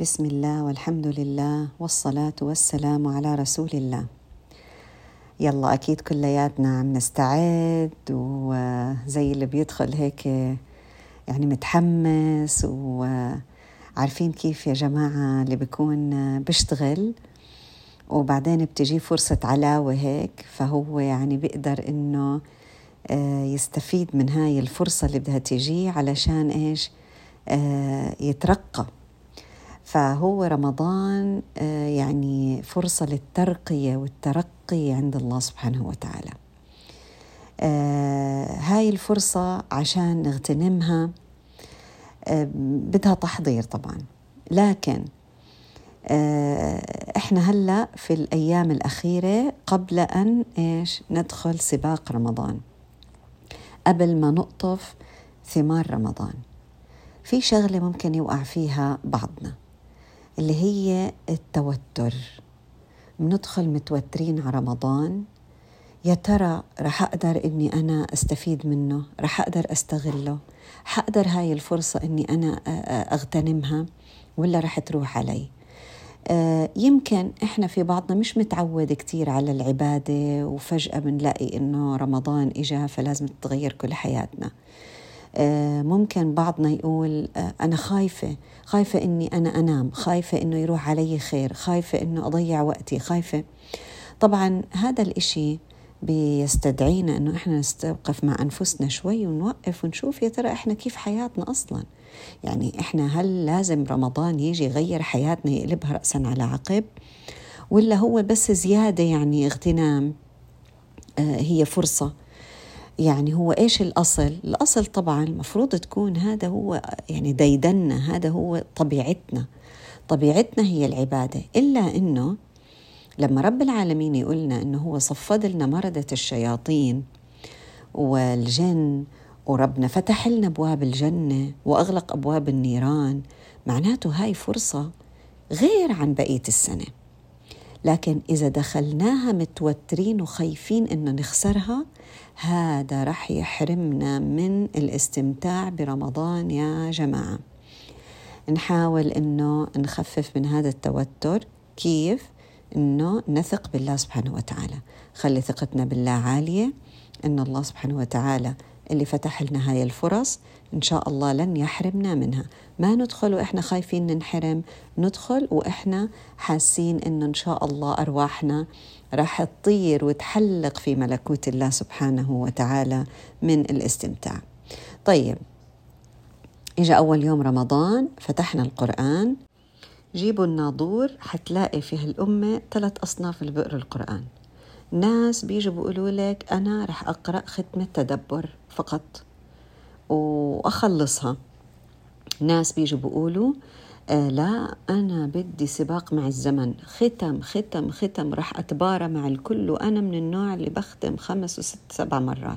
بسم الله والحمد لله والصلاة والسلام على رسول الله. يلا أكيد كلياتنا عم نستعد وزي اللي بيدخل هيك يعني متحمس وعارفين كيف يا جماعة اللي بيكون بيشتغل وبعدين بتجي فرصة علاوة هيك، فهو يعني بيقدر إنه يستفيد من هاي الفرصة اللي بدها تيجي علشان إيش يترقى. فهو رمضان يعني فرصة للترقية والترقي عند الله سبحانه وتعالى. هاي الفرصة عشان نغتنمها بدها تحضير طبعا، لكن احنا هلأ في الأيام الأخيرة قبل أن ندخل سباق رمضان، قبل ما نقطف ثمار رمضان، في شغلة ممكن يوقع فيها بعضنا اللي هي التوتر. بندخل متوترين على رمضان، يا ترى رح أقدر إني أنا أستفيد منه، رح أقدر أستغله، حقدر هاي الفرصة إني أنا أغتنمها ولا رح تروح علي. يمكن إحنا في بعضنا مش متعود كتير على العبادة، وفجأة بنلاقي إنه رمضان إجا فلازم تتغير كل حياتنا. ممكن بعضنا يقول أنا خايفة إني أنا أنام، خايفة إنه يروح علي خير، خايفة إنه أضيع وقتي، خايفة. طبعا هذا الإشي بيستدعينا إنه إحنا نستوقف مع أنفسنا شوي ونوقف ونشوف يا ترى إحنا كيف حياتنا أصلا. يعني إحنا هل لازم رمضان يجي يغير حياتنا يقلبها رأسا على عقب، ولا هو بس زيادة يعني اغتنام؟ هي فرصة. يعني هو إيش الأصل طبعا المفروض تكون هذا هو يعني ديدنا، هذا هو طبيعتنا هي العبادة. إلا إنه لما رب العالمين يقولنا إنه هو صفد لنا مردة الشياطين والجن، وربنا فتح لنا أبواب الجنة وأغلق أبواب النيران، معناته هاي فرصة غير عن بقية السنة. لكن إذا دخلناها متوترين وخايفين إنه نخسرها، هذا رح يحرمنا من الاستمتاع برمضان يا جماعة. نحاول إنه نخفف من هذا التوتر. كيف؟ إنه نثق بالله سبحانه وتعالى، خلي ثقتنا بالله عالية، إن الله سبحانه وتعالى اللي فتح لنا هاي الفرص إن شاء الله لن يحرمنا منها. ما ندخل وإحنا خايفين ننحرم، ندخل وإحنا حاسين إنه إن شاء الله أرواحنا راح تطير وتحلق في ملكوت الله سبحانه وتعالى من الاستمتاع. طيب، إجا أول يوم رمضان، فتحنا القرآن، جيبوا الناظور، حتلاقي في هالأمة 3 أصناف اللي بيقروا القرآن. ناس بيجوا بيقولوا لك أنا رح أقرأ ختمة تدبر فقط وأخلصها. ناس بيجوا بيقولوا لا أنا بدي سباق مع الزمن، ختم ختم ختم، رح أتبارى مع الكل، وأنا من النوع اللي بختم 5 و6 7 مرات.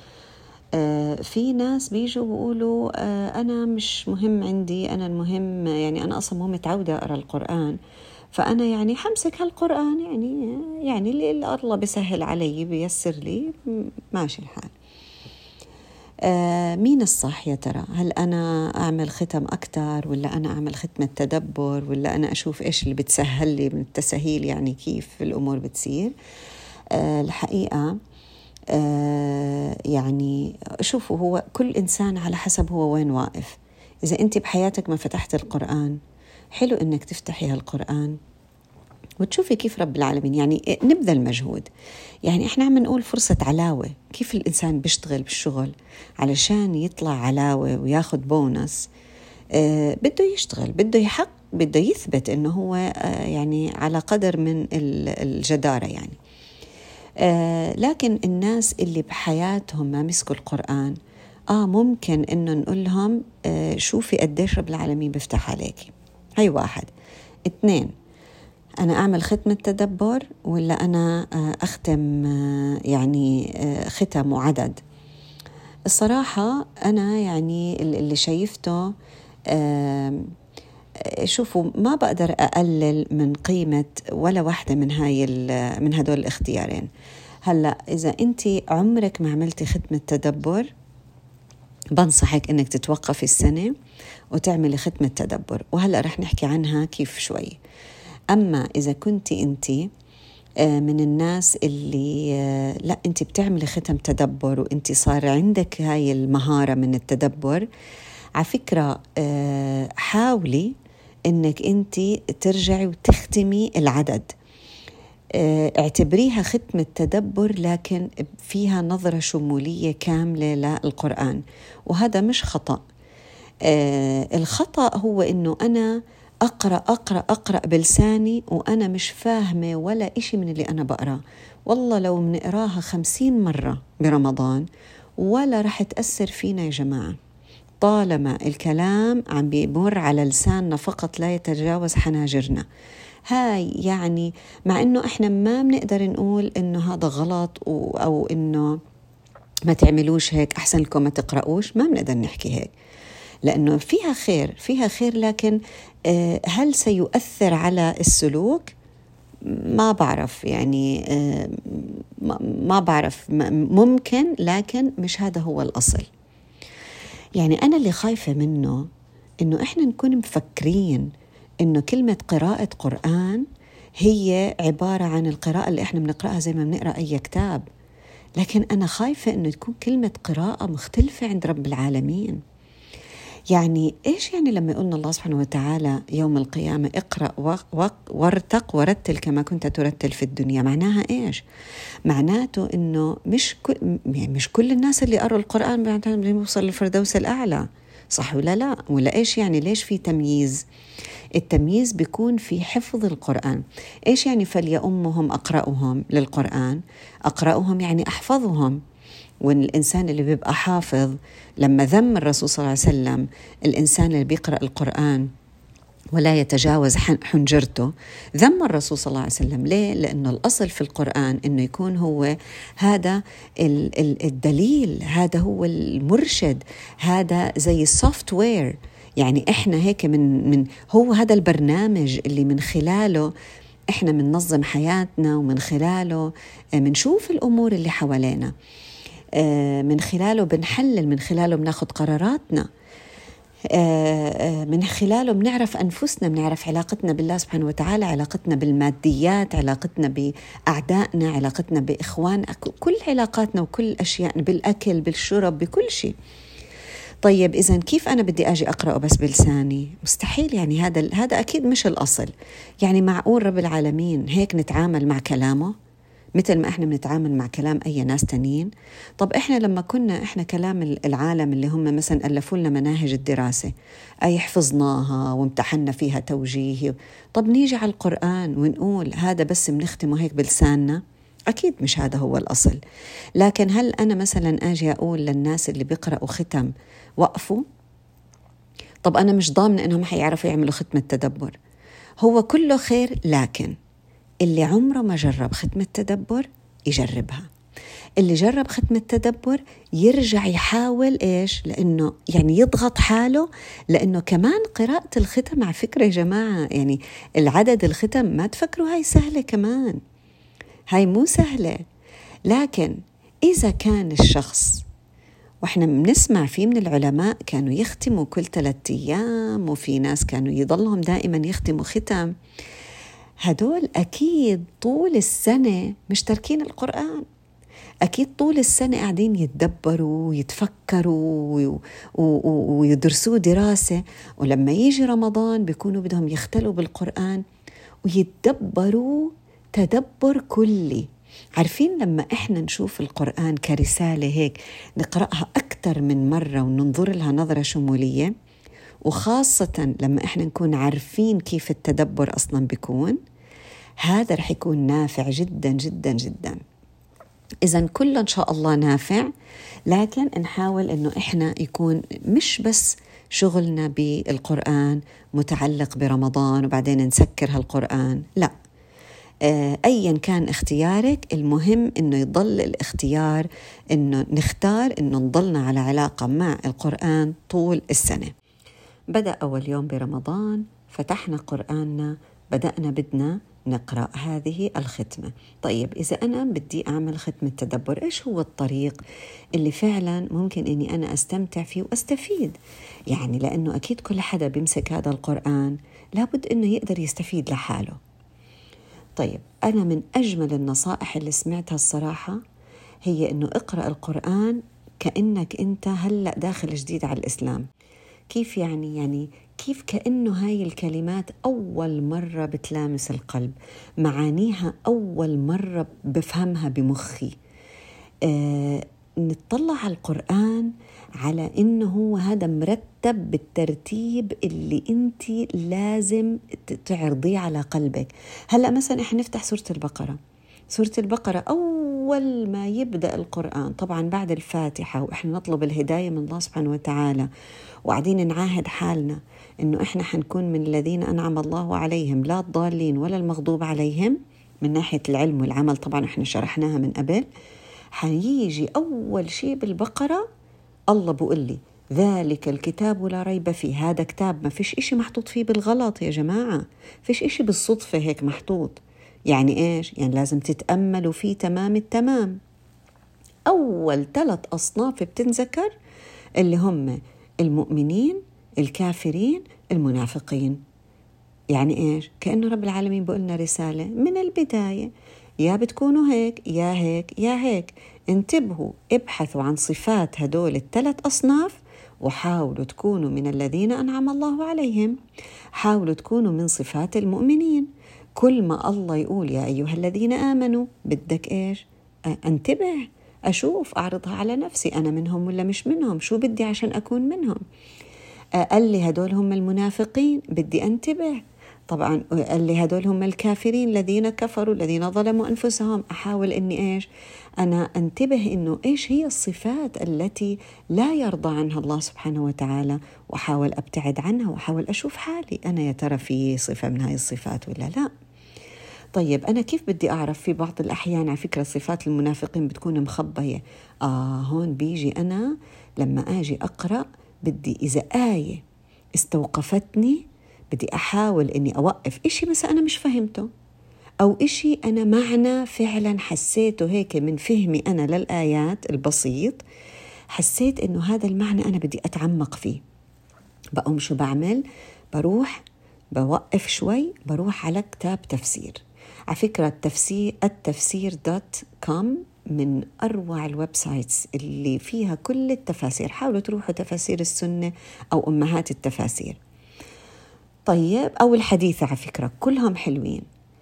في ناس بيجوا بيقولوا أنا مش مهم عندي، أنا المهم يعني أنا أصلا مو متعودة أقرأ القرآن، فأنا يعني حمسك هالقرآن، يعني اللي الله بيسهل علي بيسر لي ماشي الحال. مين الصح يا ترى؟ هل أنا أعمل ختم أكتر، ولا أنا أعمل ختمة تدبر، ولا أنا أشوف إيش اللي بتسهل لي من التسهيل، يعني كيف الأمور بتصير؟ الحقيقة يعني شوفوا، هو كل إنسان على حسب هو وين واقف. إذا أنت بحياتك ما فتحت القرآن، حلو إنك تفتحي هالقرآن وتشوفي كيف رب العالمين يعني نبذل مجهود. يعني إحنا عم نقول فرصة علاوة، كيف الإنسان بيشتغل بالشغل علشان يطلع علاوة وياخد بونس، بده يشتغل، بده يحق، بده يثبت إنه هو يعني على قدر من الجدارة يعني. لكن الناس اللي بحياتهم ما مسكوا القرآن، ممكن إنه نقول لهم شوفي قديش رب العالمين بيفتح عليكي. هاي 1. 2، أنا أعمل ختمة تدبر ولا أنا أختم يعني ختم وعدد؟ الصراحة أنا يعني اللي شايفته شوفوا، ما بقدر أقلل من قيمة ولا واحدة من هدول الاختيارين. هلأ إذا أنت عمرك ما عملتي ختمة تدبر، بنصحك إنك تتوقفي السنة وتعملي ختمة تدبر، وهلأ رح نحكي عنها كيف شوي. أما إذا كنتي أنت من الناس اللي لا أنت بتعملي ختم تدبر وأنت صار عندك هاي المهارة من التدبر، على فكرة حاولي إنك أنت ترجعي وتختمي العدد. اعتبريها ختمة تدبر لكن فيها نظرة شمولية كاملة للقرآن، وهذا مش خطأ. الخطأ هو إنه أنا أقرأ بلساني وأنا مش فاهمة ولا إشي من اللي أنا بقرأ. والله لو منقراها 50 مرة برمضان ولا رح تأثر فينا يا جماعة، طالما الكلام عم بيمر على لساننا فقط لا يتجاوز حناجرنا. هاي يعني مع إنه إحنا ما بنقدر نقول إنه هذا غلط أو إنه ما تعملوش هيك، أحسن لكم ما تقرأوش، ما بنقدر نحكي هيك، لأنه فيها خير لكن هل سيؤثر على السلوك؟ ما بعرف يعني، ما بعرف، ممكن، لكن مش هذا هو الأصل. يعني أنا اللي خايفة منه إنه إحنا نكون مفكرين إنه كلمة قراءة قرآن هي عبارة عن القراءة اللي إحنا بنقرأها زي ما بنقرأ أي كتاب، لكن أنا خايفة إنه تكون كلمة قراءة مختلفة عند رب العالمين. يعني إيش يعني لما يقولنا الله سبحانه وتعالى يوم القيامة اقرأ وارتق ورتل كما كنت ترتل في الدنيا؟ معناها إيش؟ معناته إنه مش كل الناس اللي قرأوا القرآن بيعتبروا يوصل للفردوس الأعلى، صح ولا لا؟ ولا إيش يعني؟ ليش في تمييز؟ التمييز بيكون في حفظ القرآن. إيش يعني فليؤمهم أقرأهم للقرآن؟ أقرأهم يعني أحفظهم. والإنسان اللي بيبقى حافظ، لما ذم الرسول صلى الله عليه وسلم الإنسان اللي بيقرأ القرآن ولا يتجاوز حنجرته، ذم الرسول صلى الله عليه وسلم. ليه؟ لأنه الأصل في القرآن إنه يكون هو هذا الدليل، هذا هو المرشد، هذا زي السوفت وير. يعني إحنا هيك من هو هذا البرنامج اللي من خلاله إحنا مننظم حياتنا، ومن خلاله منشوف الأمور اللي حوالينا، من خلاله بنحلل، من خلاله بناخد قراراتنا، من خلاله بنعرف أنفسنا، بنعرف علاقتنا بالله سبحانه وتعالى، علاقتنا بالماديات، علاقتنا بأعدائنا، علاقتنا بإخوان، كل علاقاتنا وكل أشياء، بالأكل بالشرب بكل شيء. طيب إذن كيف أنا بدي أجي أقرأه بس بلساني؟ مستحيل. يعني هذا أكيد مش الأصل. يعني معقول رب العالمين هيك نتعامل مع كلامه مثل ما إحنا بنتعامل مع كلام أي ناس تانيين؟ طب إحنا لما كنا إحنا كلام العالم اللي هم مثلا ألفوا لنا مناهج الدراسة أي حفظناها وامتحنا فيها توجيه، طب نيجي على القرآن ونقول هذا بس بنختمه هيك بلساننا؟ أكيد مش هذا هو الأصل. لكن هل أنا مثلا أجي أقول للناس اللي بيقرأوا ختم وقفوا؟ طب أنا مش ضامنة إنهم حيعرفوا يعملوا ختمة تدبر. هو كله خير، لكن اللي عمره ما جرب ختمة تدبر يجربها. اللي جرب ختمة تدبر يرجع يحاول إيش؟ لأنه يعني يضغط حاله، لأنه كمان قراءة الختم على فكرة يا جماعة، يعني العدد الختم ما تفكروا هاي سهلة، كمان هاي مو سهلة. لكن إذا كان الشخص، وإحنا بنسمع فيه من العلماء كانوا يختموا كل 3 أيام، وفي ناس كانوا يضلهم دائما يختموا ختم، هدول أكيد طول السنة مش تركين القرآن، أكيد طول السنة قاعدين يتدبروا ويتفكروا ويدرسوا دراسة، ولما يجي رمضان بيكونوا بدهم يختلوا بالقرآن ويتدبروا تدبر كلي. عارفين لما إحنا نشوف القرآن كرسالة هيك نقرأها أكتر من مرة وننظر لها نظرة شمولية، وخاصة لما إحنا نكون عارفين كيف التدبر أصلاً بيكون، هذا رح يكون نافع جداً جداً جداً. إذن كله إن شاء الله نافع، لكن نحاول إنه إحنا يكون مش بس شغلنا بالقرآن متعلق برمضان وبعدين نسكر هالقرآن، لا، أيا كان اختيارك، المهم إنه يضل الاختيار إنه نختار إنه نضلنا على علاقة مع القرآن طول السنة. بدأ أول يوم برمضان فتحنا قرآننا، بدأنا بدنا نقرأ هذه الختمة. طيب إذا أنا بدي أعمل ختمة تدبر، إيش هو الطريق اللي فعلا ممكن أني أنا أستمتع فيه وأستفيد؟ يعني لأنه أكيد كل حدا بيمسك هذا القرآن لابد أنه يقدر يستفيد لحاله. طيب أنا من أجمل النصائح اللي سمعتها الصراحة هي أنه اقرأ القرآن كأنك أنت هلأ داخل جديد على الإسلام. كيف يعني كيف كأنه هاي الكلمات أول مرة بتلامس القلب، معانيها أول مرة بفهمها بمخي. نطلع على القرآن على إنه هو هذا مرتب بالترتيب اللي أنت لازم تعرضيه على قلبك. هلأ مثلا إحنا نفتح سورة البقرة. سورة البقرة أول ما يبدأ القرآن طبعا بعد الفاتحة، وإحنا نطلب الهداية من الله سبحانه وتعالى، وقاعدين نعاهد حالنا إنه إحنا حنكون من الذين أنعم الله عليهم لا الضالين ولا المغضوب عليهم من ناحية العلم والعمل. طبعا إحنا شرحناها من قبل. حيجي أول شيء بالبقرة الله بقول لي ذلك الكتاب لا ريب فيه. هذا كتاب ما فيش إشي محطوط فيه بالغلط يا جماعة، فيش إشي بالصدفة هيك محطوط. يعني إيش؟ يعني لازم تتأملوا فيه تمام التمام. أول 3 أصناف بتنذكر اللي هم المؤمنين، الكافرين، المنافقين. يعني إيش؟ كأنه رب العالمين بقولنا رسالة من البداية، يا بتكونوا هيك يا هيك يا هيك. انتبهوا، ابحثوا عن صفات هدول ال3 أصناف وحاولوا تكونوا من الذين أنعم الله عليهم. حاولوا تكونوا من صفات المؤمنين. كل ما الله يقول يا أيها الذين آمنوا بدك إيش؟ انتبه، أشوف أعرضها على نفسي، أنا منهم ولا مش منهم، شو بدي عشان أكون منهم. قال لي هدول هم المنافقين، بدي أنتبه. طبعا قال لي هدول هم الكافرين الذين كفروا الذين ظلموا أنفسهم. أحاول إني إيش؟ أنا أنتبه إنه إيش هي الصفات التي لا يرضى عنها الله سبحانه وتعالى، وأحاول أبتعد عنها، وأحاول أشوف حالي أنا يا ترى في صفة من هاي الصفات ولا لا. طيب أنا كيف بدي أعرف؟ في بعض الأحيان على فكرة صفات المنافقين بتكون مخبية. هون بيجي أنا لما أجي أقرأ بدي إذا آية استوقفتني بدي أحاول إني أوقف إشي مثلا أنا مش فهمته، أو إشي أنا معنى فعلا حسيته هيك من فهمي أنا للآيات البسيط، حسيت إنه هذا المعنى أنا بدي أتعمق فيه. بقوم شو بعمل؟ بروح بوقف شوي، بروح على كتاب تفسير. على فكرة التفسير.com من أروع الويب سايتس اللي فيها كل التفاسير. حاولوا تروحوا تفاسير السنة أو أمهات التفاسير. طيب أو الحديثة، على فكرة كلهم حلوين.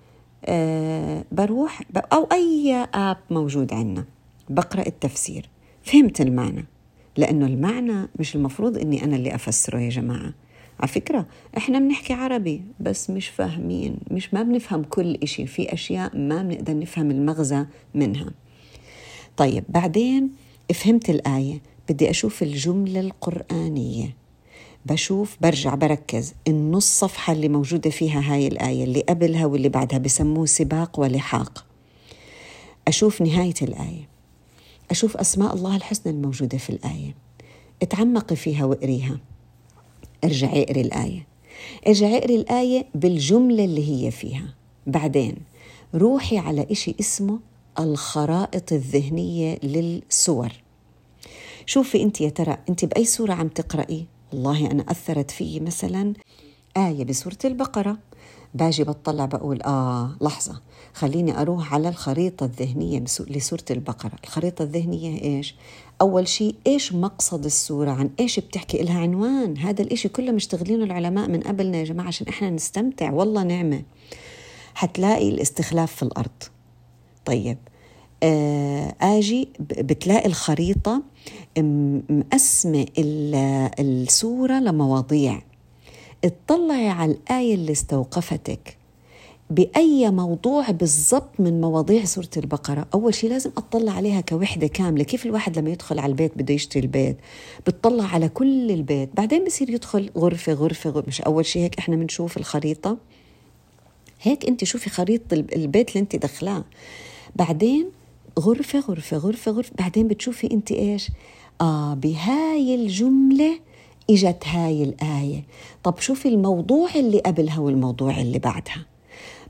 بروح أو أي آب موجود عندنا بقرأ التفسير، فهمت المعنى، لأنه المعنى مش المفروض إني أنا اللي أفسره يا جماعة. على فكرة إحنا بنحكي عربي بس مش فاهمين، ما بنفهم كل إشي، في أشياء ما بنقدر نفهم المغزى منها. طيب بعدين فهمت الآية، بدي أشوف الجملة القرآنية، برجع بركز النص صفحة اللي موجودة فيها هاي الآية، اللي قبلها واللي بعدها بسموه سباق ولحاق. أشوف نهاية الآية، أشوف أسماء الله الحسنى الموجودة في الآية، اتعمقي فيها وقريها. ارجعي اقري الآية بالجملة اللي هي فيها. بعدين روحي على إشي اسمه الخرائط الذهنية للسور. شوفي أنت يا ترى أنت بأي سورة عم تقرأي. والله أنا أثرت فيه مثلا آية بسورة البقرة، باجي بطلع بقول لحظة، خليني أروح على الخريطة الذهنية لسورة البقرة. الخريطة الذهنية إيش؟ أول شيء إيش مقصد السورة، عن إيش بتحكي، إلها عنوان. هذا الإشي كله مشتغلين العلماء من قبلنا يا جماعة عشان إحنا نستمتع، والله نعمة. حتلاقي الاستخلاف في الأرض. طيب آجي بتلاقي الخريطة مقسمة السورة لمواضيع. اطلعي على الآية اللي استوقفتك بأي موضوع بالضبط من مواضيع سورة البقرة. أول شيء لازم أطلع عليها كوحدة كاملة. كيف الواحد لما يدخل على البيت بده يشتري البيت بتطلع على كل البيت، بعدين بصير يدخل غرفة. مش أول شيء هيك إحنا بنشوف الخريطة؟ هيك أنت شوفي خريطة البيت اللي أنت دخلاه، بعدين غرفة. بعدين بتشوفي أنت إيش؟ بهاي الجملة إجت هاي الآية. طب شوفي الموضوع اللي قبلها والموضوع اللي بعدها.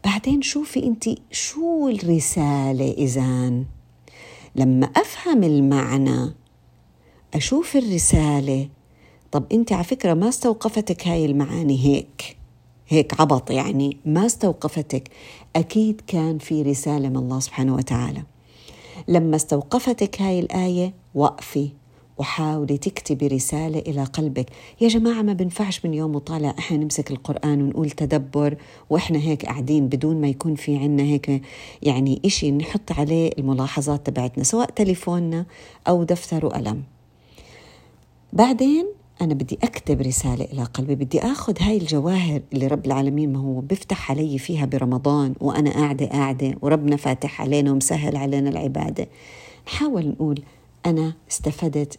بعدين شوفي أنت شو الرسالة. إذن لما أفهم المعنى أشوف الرسالة. طب أنت على فكرة ما استوقفتك هاي المعاني هيك عبط، يعني ما استوقفتك، أكيد كان في رسالة من الله سبحانه وتعالى. لما استوقفتك هاي الآية وقفي وحاولي تكتبي رسالة إلى قلبك. يا جماعة ما بنفعش من يوم وطالع إحنا نمسك القرآن ونقول تدبر وإحنا هيك قاعدين بدون ما يكون في عنا هيك يعني إشي نحط عليه الملاحظات تبعتنا، سواء تليفوننا أو دفتر وقلم. بعدين أنا بدي أكتب رسالة إلى قلبي، بدي أخذ هاي الجواهر اللي رب العالمين ما هو بفتح علي فيها برمضان وأنا قاعدة وربنا فاتح علينا ومسهل علينا العبادة. نحاول نقول أنا استفدت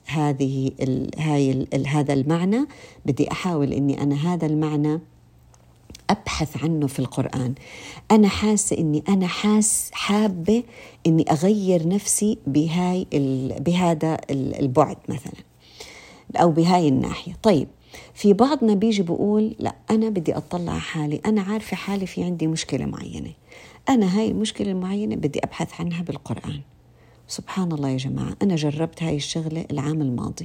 هذا المعنى، بدي أحاول إني أنا هذا المعنى أبحث عنه في القرآن. أنا حاسة إني أنا حابة إني أغير نفسي بهذا البعد مثلا أو بهاي الناحية. طيب في بعضنا بيجي بقول لا أنا بدي أطلع حالي، أنا عارفة حالي في عندي مشكلة معينة، أنا هاي المشكلة المعينة بدي أبحث عنها بالقرآن. سبحان الله يا جماعة، أنا جربت هاي الشغلة العام الماضي.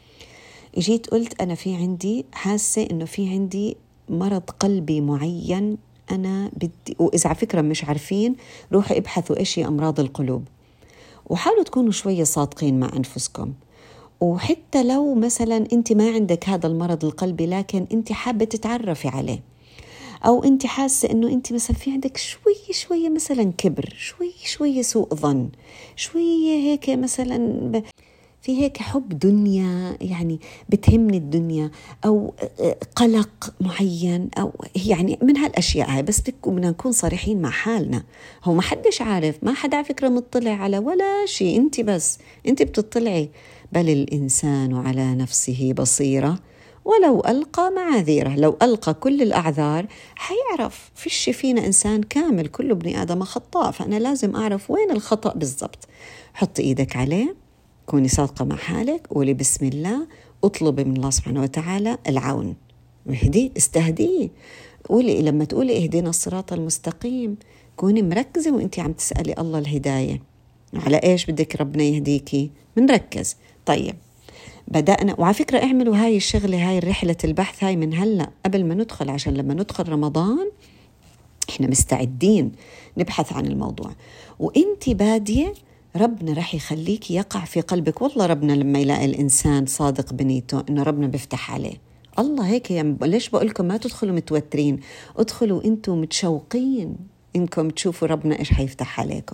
جيت قلت أنا في عندي حاسة إنه في عندي مرض قلبي معين أنا بدي، وإذا على فكرة مش عارفين روحوا ابحثوا إيش هي أمراض القلوب وحاولوا تكونوا شوية صادقين مع أنفسكم. وحتى لو مثلا أنت ما عندك هذا المرض القلبي لكن أنت حابة تتعرفي عليه، أو أنت حاسة أنه أنت مثلا في عندك شوية مثلا كبر، شوية سوء ظن، شوية هيك مثلا في هيك حب دنيا، يعني بتهمني الدنيا، أو قلق معين، أو يعني من هالأشياء هاي. بس بدنا نكون صريحين مع حالنا، هو ما حدش عارف، ما حد على فكرة مطلع على ولا شيء، أنت بس أنت بتطلعي. بل الإنسان على نفسه بصيرة ولو ألقى معاذيره. لو ألقى كل الأعذار حيعرف فيش فينا إنسان كامل، كل ابن آدم خطاء، فأنا لازم أعرف وين الخطأ بالضبط. حط إيدك عليه، كوني صادقة مع حالك، قولي بسم الله، اطلبي من الله سبحانه وتعالى العون، استهديه. قولي لما تقولي اهدنا الصراط المستقيم كوني مركزة وانتي عم تسألي الله الهداية على ايش بدك ربنا يهديكي، منركز. طيب بدأنا، وعلى فكرة اعملوا هاي الشغلة، هاي رحلة البحث هاي من هلأ قبل ما ندخل، عشان لما ندخل رمضان احنا مستعدين نبحث عن الموضوع. وانتي بادية ربنا رح يخليك يقع في قلبك. والله ربنا لما يلاقي الإنسان صادق بنيته إنه ربنا بيفتح عليه. الله هيك يعني ليش بقولكم ما تدخلوا متوترين، ادخلوا انتم متشوقين إنكم تشوفوا ربنا إيش حيفتح عليكم.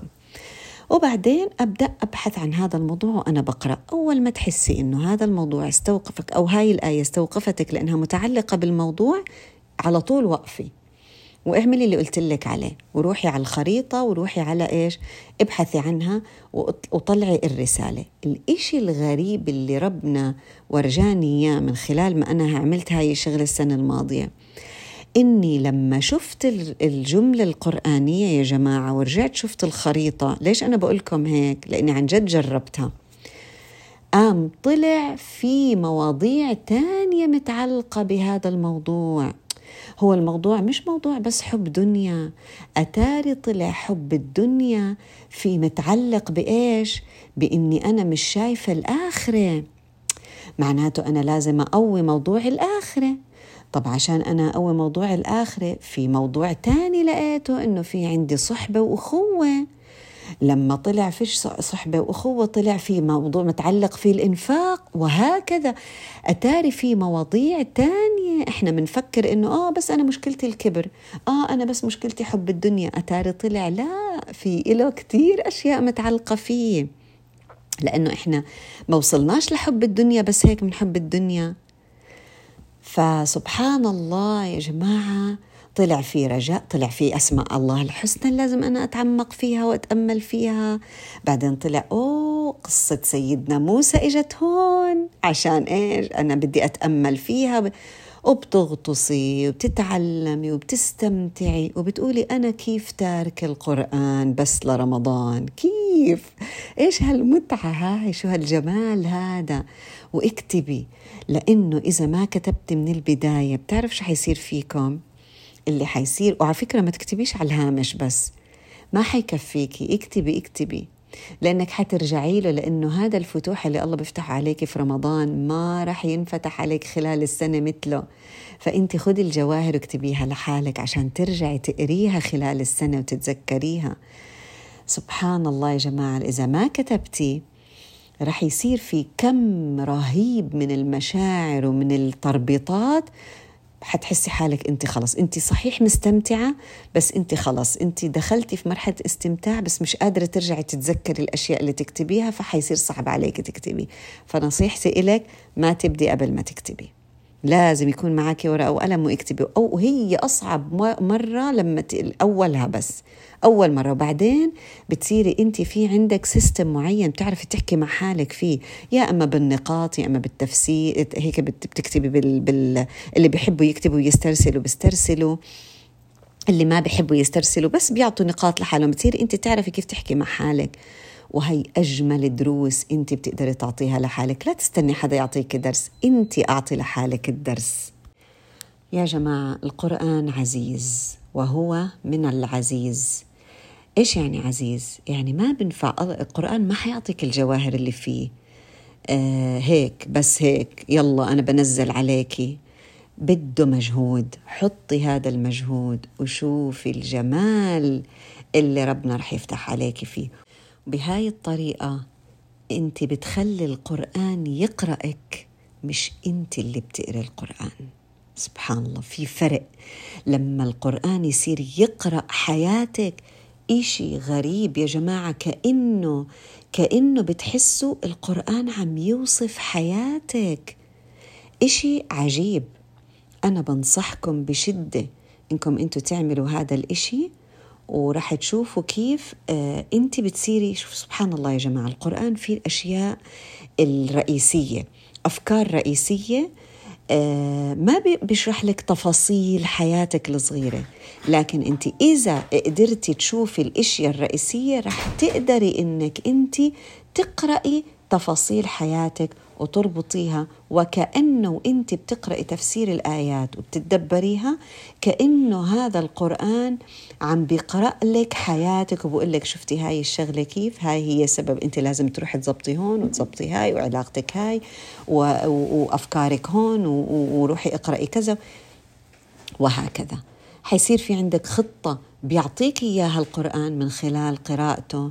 وبعدين أبدأ أبحث عن هذا الموضوع وأنا بقرأ. أول ما تحسي إنه هذا الموضوع استوقفك أو هاي الآية استوقفتك لأنها متعلقة بالموضوع، على طول وقفي واعملي اللي قلت لك عليه، وروحي على الخريطة وروحي على إيش، ابحثي عنها وطلعي الرسالة. الإشي الغريب اللي ربنا ورجاني إياه من خلال ما أنا عملت هاي الشغلة السنة الماضية، إني لما شفت الجملة القرآنية يا جماعة ورجعت شفت الخريطة. ليش أنا بقولكم هيك؟ لأني عن جد جربتها. طلع في مواضيع تانية متعلقة بهذا الموضوع. هو الموضوع مش موضوع بس حب دنيا، أتاري طلع حب الدنيا في متعلق بإيش؟ بإني أنا مش شايفة الآخرة، معناته أنا لازم أقوي موضوع الآخرة. طب عشان أنا أقوي موضوع الآخرة في موضوع تاني لقيته إنه في عندي صحبة وأخوة. لما طلع فيش صحبة وأخوة طلع في موضوع متعلق في الإنفاق، وهكذا. أتاري في مواضيع تانية إحنا منفكر إنه بس أنا مشكلتي الكبر، أنا بس مشكلتي حب الدنيا. أتاري طلع لا، في إله كتير أشياء متعلقة فيه، لأنه إحنا ما وصلناش لحب الدنيا بس هيك من حب الدنيا. فسبحان الله يا جماعة، طلع في رجاء، طلع في أسماء الله الحسنى لازم أنا أتعمق فيها وأتأمل فيها. بعدين طلع قصة سيدنا موسى إجت هون عشان إيش؟ أنا بدي أتأمل فيها. وبتغطسي وبتتعلمي وبتستمتعي وبتقولي أنا كيف تارك القرآن بس لرمضان، كيف؟ إيش هالمتعة هاي، شو هالجمال هذا. واكتبي، لأنه إذا ما كتبت من البداية بتعرف شو حيصير فيكم؟ اللي حيصير. وعلى فكرة ما تكتبيش على الهامش بس، ما حيكفيكي، اكتبي، لأنك حترجعي له، لأنه هذا الفتوح اللي الله بيفتح عليك في رمضان ما رح ينفتح عليك خلال السنة مثله. فأنت خدي الجواهر واكتبيها لحالك عشان ترجعي تقريها خلال السنة وتتذكريها. سبحان الله يا جماعة، إذا ما كتبتي رح يصير في كم رهيب من المشاعر ومن التربيطات. حتحسي حالك انت خلص، انت صحيح مستمتعة، بس انت خلص انت دخلتي في مرحلة استمتاع، بس مش قادرة ترجعي تتذكري الأشياء اللي تكتبيها، فحيصير صعب عليك تكتبي. فنصيحتي إلك ما تبدي قبل ما تكتبي، لازم يكون معك ورقة وقلم واكتبي. أو هي أصعب مرة لما أولها بس أول مرة، وبعدين بتصيري أنت في عندك سيستم معين بتعرفي تحكي مع حالك فيه، يا أما بالنقاط يا أما بالتفسير. هيك بتكتبي اللي بيحبوا يكتبوا يسترسلوا بيسترسلوا، اللي ما بيحبوا يسترسلوا بس بيعطوا نقاط لحالهم. بتصيري أنت تعرفي كيف تحكي مع حالك. وهي أجمل دروس أنت بتقدري تعطيها لحالك. لا تستني حدا يعطيك درس، أنت أعطي لحالك الدرس. يا جماعة القرآن عزيز وهو من العزيز. إيش يعني عزيز؟ يعني ما بنفع القرآن ما حيعطيك الجواهر اللي فيه هيك بس هيك يلا أنا بنزل عليكي. بده مجهود، حطي هذا المجهود وشوفي الجمال اللي ربنا رح يفتح عليكي فيه. بهاي الطريقة انت بتخلي القرآن يقرأك، مش انت اللي بتقرأ القرآن. سبحان الله، في فرق لما القرآن يصير يقرأ حياتك. إشي غريب يا جماعة، كأنه بتحسوا القرآن عم يوصف حياتك. إشي عجيب. أنا بنصحكم بشدة إنكم أنتوا تعملوا هذا الإشي، ورح تشوفوا كيف أنت بتصيري. شوف سبحان الله يا جماعة، القرآن فيه الأشياء الرئيسية، أفكار رئيسية. ما بيشرح لك تفاصيل حياتك الصغيرة، لكن أنت إذا قدرتي تشوفي الأشياء الرئيسية رح تقدري إنك أنت تقرأي تفاصيل حياتك وتربطيها، وكأنه أنت بتقرأي تفسير الآيات وبتتدبريها، كأنه هذا القرآن عم بيقرأ لك حياتك وبقول لك شفتي هاي الشغلة كيف، هاي هي سبب أنت لازم تروحي تزبطي هون وتزبطي هاي، وعلاقتك هاي وأفكارك هون، وروحي اقرأي كذا، وهكذا. حيصير في عندك خطة بيعطيك إياها القرآن من خلال قراءته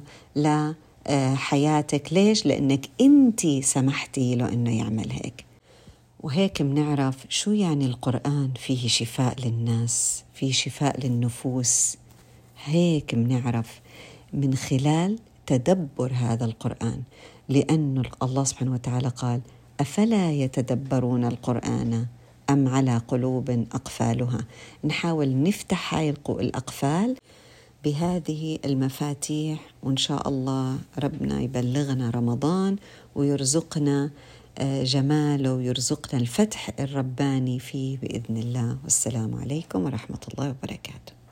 حياتك. ليش؟ لأنك أنتي سمحتي له أنه يعمل هيك. وهيك منعرف شو يعني القرآن فيه شفاء للناس، فيه شفاء للنفوس. هيك منعرف من خلال تدبر هذا القرآن، لأن الله سبحانه وتعالى قال أفلا يتدبرون القرآن أم على قلوب أقفالها. نحاول نفتح هاي الأقفال بهذه المفاتيح، وإن شاء الله ربنا يبلغنا رمضان ويرزقنا جماله ويرزقنا الفتح الرباني فيه بإذن الله. والسلام عليكم ورحمة الله وبركاته.